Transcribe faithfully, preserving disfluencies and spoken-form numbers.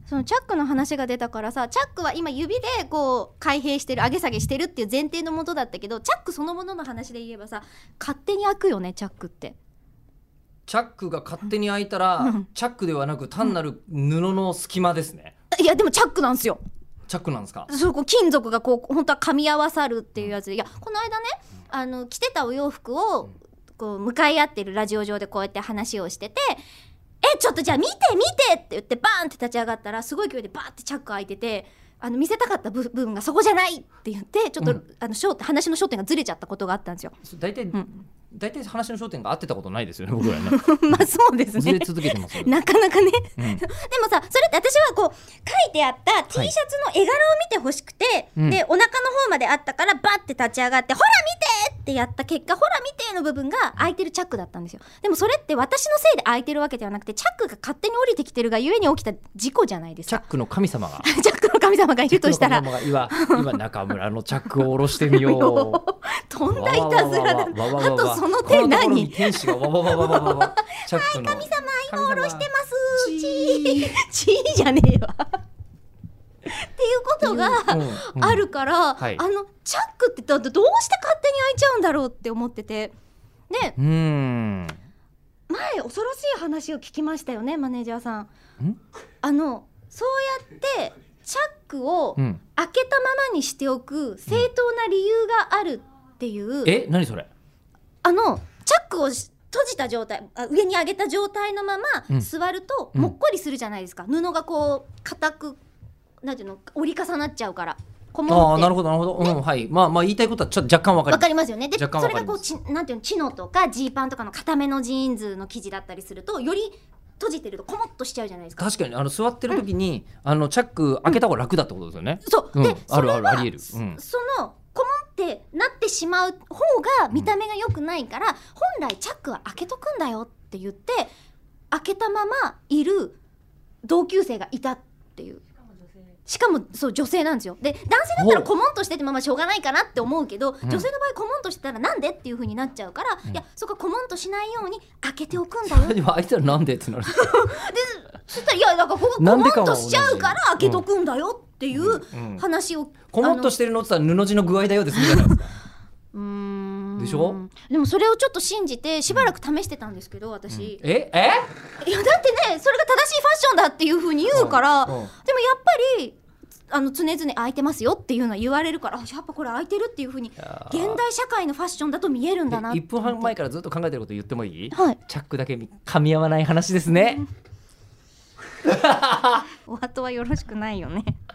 そのチャックの話が出たからさ、チャックは今指でこう開閉してる、上げ下げしてるっていう前提のもとだったけど、チャックそのものの話で言えばさ、勝手に開くよねチャックって。 チャックが勝手に開いたら、うん、チャックではなく単なる布の隙間ですね、 うん、いやでもチャックなんですよ。 チャックなんですか。 そう、こう金属がこう本当は噛み合わさるっていうやつで、いやこの間ね、あの着てたお洋服をこう向かい合ってるラジオ上でこうやって話をしてて、えちょっとじゃあ見て見てって言ってバーンって立ち上がったら、すごい勢いでバーってチャック開いてて、あの見せたかった部分がそこじゃないって言って、ちょっと、うん、あの焦話の焦点がずれちゃったことがあったんですよ。 大体、うん、大体話の焦点が合ってたことないですよね僕らねまあそうですね、 ずれ続けてますなかなかね、うん、でもさ、それって私はこう書いてあった T シャツの絵柄を見てほしくて、はい、でお腹の方まであったからバッて立ち上がって、ほら見てってやった結果、ほら見ての部分が開いてるチャックだったんですよ。でもそれって私のせいで開いてるわけではなくて、チャックが勝手に降りてきてるがゆえに起きた事故じゃないですか。 チャックの神様がチャックの神様がいるとしたら、 今, 今中村のチャックを下ろしてみようとんだいたずらだ。あとその手何、 天使がわわわわわわチャックの、 はい、神様今下ろしてますチーチーじゃねえわっていうことがあるから、うんうんはい、あのチャックってどうして勝手に開いちゃうんだろうって思ってて、でうーん前恐ろしい話を聞きましたよねマネージャーさん。んあのそうやってチャックを開けたままにしておく正当な理由があるっていう、うん、 え何それ。 あのチャックを閉じた状態、上に上げた状態のまま座るともっこりするじゃないですか、うん、布がこう硬くなんていうの折り重なっちゃうからこもって。 ああなるほどなるほど、ね、うんはい、まあまあ言いたいことはちょっと若干わかります。 わかりますよね。でそれがこうちなんていうのチノとかジーパンとかの固めのジーンズの生地だったりするとより閉じてるとこもっとしちゃうじゃないですか。 確かにあの座ってる時に、うん、あのチャック開けた方が楽だってことですよね、 うん、そう、うん、であるあるありえる、 うん、そのこもってなってしまう方が見た目が良くないから、うん、本来チャックは開けとくんだよって言って開けたままいる同級生がいたっていう。しかもそう女性なんですよ。で男性だったらコモンとしててまあしょうがないかなって思うけど、うん、女性の場合コモンとしてたらなんでっていう風になっちゃうから、うん、いやそこはコモンとしないように開けておくんだよ。 でもあいつらなんでってなるでそしたらいやだからここコモンとしちゃうから開けとくんだよっていう話を、うんうん、 コモンとしてるのって言ったら布地の具合だよですみたいなうーんでしょ。 でもそれをちょっと信じてしばらく試してたんですけど私、 うん、ええいやだってねそれが正しいファッションだっていう風に言うから、うんうん、でもやっぱりあの常々開いてますよっていうのは言われるから、やっぱこれ開いてるっていう風に現代社会のファッションだと見えるんだなって。 いっぷんはん前からずっと考えてること言ってもいい、 はい、 チャックだけ噛み合わない話ですね、 うん、お後はよろしくないよね